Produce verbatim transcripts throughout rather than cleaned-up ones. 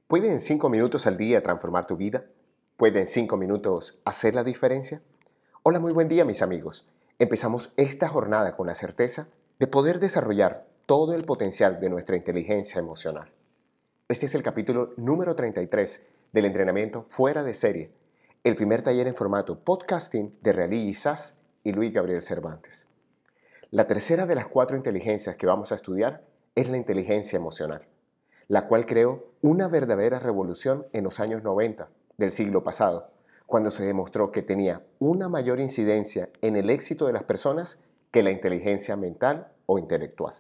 ¿Puede en cinco minutos al día transformar tu vida? ¿Puede en cinco minutos hacer la diferencia? Hola, muy buen día mis amigos. Empezamos esta jornada con la certeza de poder desarrollar todo el potencial de nuestra inteligencia emocional. Este es el capítulo número treinta y tres del entrenamiento fuera de serie, el primer taller en formato podcasting de Realí Isás y Luis Gabriel Cervantes. La tercera de las cuatro inteligencias que vamos a estudiar es la inteligencia emocional, la cual creó una verdadera revolución en los años noventa del siglo pasado, cuando se demostró que tenía una mayor incidencia en el éxito de las personas que la inteligencia mental o intelectual.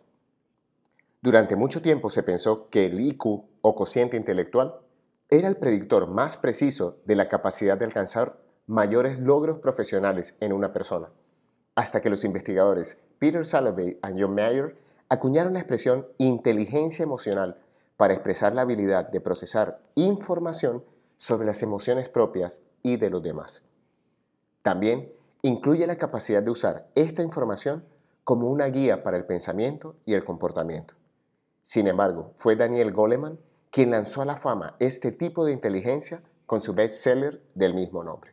Durante mucho tiempo se pensó que el I Q o cociente intelectual era el predictor más preciso de la capacidad de alcanzar mayores logros profesionales en una persona, hasta que los investigadores Peter Salovey y John Mayer acuñaron la expresión inteligencia emocional para expresar la habilidad de procesar información sobre las emociones propias y de los demás. También incluye la capacidad de usar esta información como una guía para el pensamiento y el comportamiento. Sin embargo, fue Daniel Goleman quien lanzó a la fama este tipo de inteligencia con su bestseller del mismo nombre.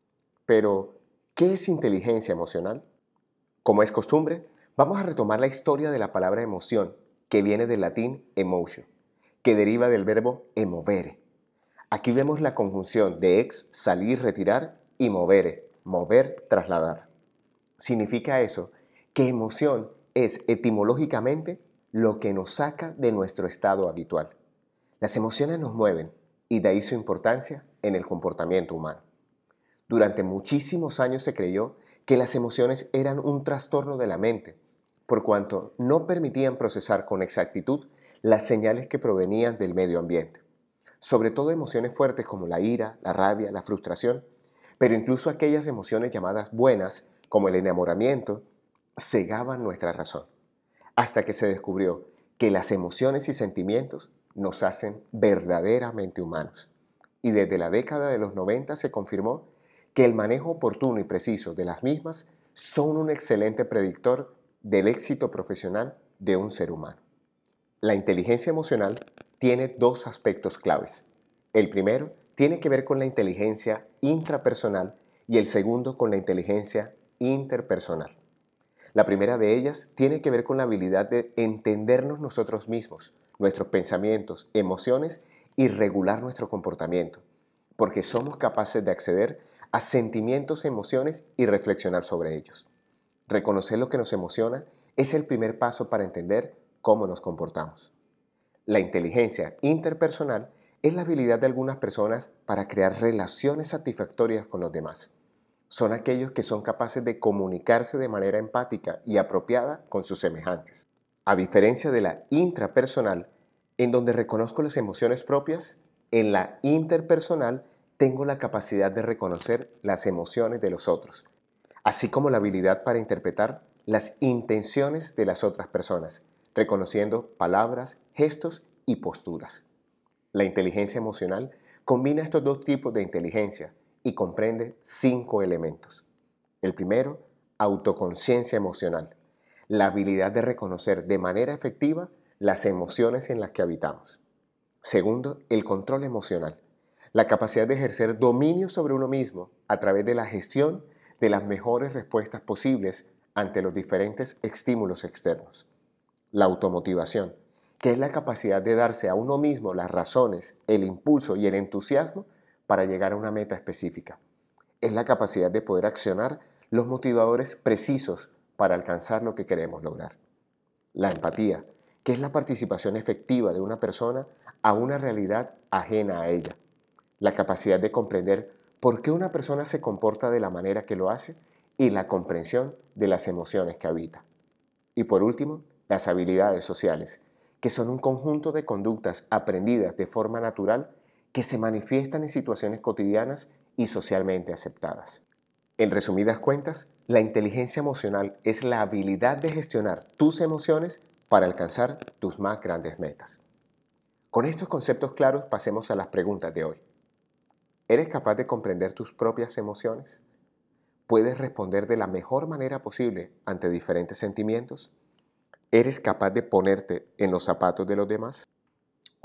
Pero, ¿qué es inteligencia emocional? Como es costumbre, vamos a retomar la historia de la palabra emoción, que viene del latín emotion, que deriva del verbo emovere. Aquí vemos la conjunción de ex, salir, retirar, y movere, mover, trasladar. Significa eso que emoción es etimológicamente lo que nos saca de nuestro estado habitual. Las emociones nos mueven y de ahí su importancia en el comportamiento humano. Durante muchísimos años se creyó que las emociones eran un trastorno de la mente, por cuanto no permitían procesar con exactitud las señales que provenían del medio ambiente, sobre todo emociones fuertes como la ira, la rabia, la frustración, pero incluso aquellas emociones llamadas buenas, como el enamoramiento, cegaban nuestra razón, hasta que se descubrió que las emociones y sentimientos nos hacen verdaderamente humanos. Y desde la década de los noventa se confirmó que el manejo oportuno y preciso de las mismas son un excelente predictor del éxito profesional de un ser humano. La inteligencia emocional tiene dos aspectos claves. El primero tiene que ver con la inteligencia intrapersonal y el segundo con la inteligencia interpersonal. La primera de ellas tiene que ver con la habilidad de entendernos nosotros mismos, nuestros pensamientos, emociones y regular nuestro comportamiento, porque somos capaces de acceder a sentimientos, emociones y reflexionar sobre ellos. Reconocer lo que nos emociona es el primer paso para entender cómo nos comportamos. La inteligencia interpersonal es la habilidad de algunas personas para crear relaciones satisfactorias con los demás. Son aquellos que son capaces de comunicarse de manera empática y apropiada con sus semejantes. A diferencia de la intrapersonal, en donde reconozco las emociones propias, en la interpersonal tengo la capacidad de reconocer las emociones de los otros, así como la habilidad para interpretar las intenciones de las otras personas, reconociendo palabras, gestos y posturas. La inteligencia emocional combina estos dos tipos de inteligencia y comprende cinco elementos. El primero, autoconciencia emocional, la habilidad de reconocer de manera efectiva las emociones en las que habitamos. Segundo, el control emocional, la capacidad de ejercer dominio sobre uno mismo a través de la gestión de las mejores respuestas posibles ante los diferentes estímulos externos. La automotivación, que es la capacidad de darse a uno mismo las razones, el impulso y el entusiasmo para llegar a una meta específica. Es la capacidad de poder accionar los motivadores precisos para alcanzar lo que queremos lograr. La empatía, que es la participación efectiva de una persona a una realidad ajena a ella. La capacidad de comprender por qué una persona se comporta de la manera que lo hace y la comprensión de las emociones que habita. Y por último, las habilidades sociales, que son un conjunto de conductas aprendidas de forma natural que se manifiestan en situaciones cotidianas y socialmente aceptadas. En resumidas cuentas, la inteligencia emocional es la habilidad de gestionar tus emociones para alcanzar tus más grandes metas. Con estos conceptos claros, pasemos a las preguntas de hoy. ¿Eres capaz de comprender tus propias emociones? ¿Puedes responder de la mejor manera posible ante diferentes sentimientos? ¿Eres capaz de ponerte en los zapatos de los demás?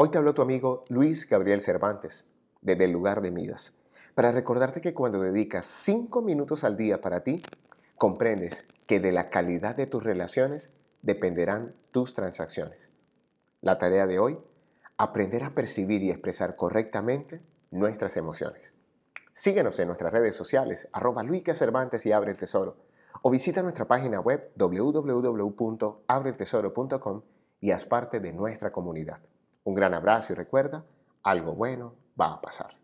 Hoy te habló tu amigo Luis Gabriel Cervantes, desde el lugar de Midas, para recordarte que cuando dedicas cinco minutos al día para ti, comprendes que de la calidad de tus relaciones dependerán tus transacciones. La tarea de hoy, aprender a percibir y expresar correctamente nuestras emociones. Síguenos en nuestras redes sociales, arroba Luica Cervantes y Abre el Tesoro, o visita nuestra página web doble u doble u doble u punto abre el tesoro punto com y haz parte de nuestra comunidad. Un gran abrazo y recuerda, algo bueno va a pasar.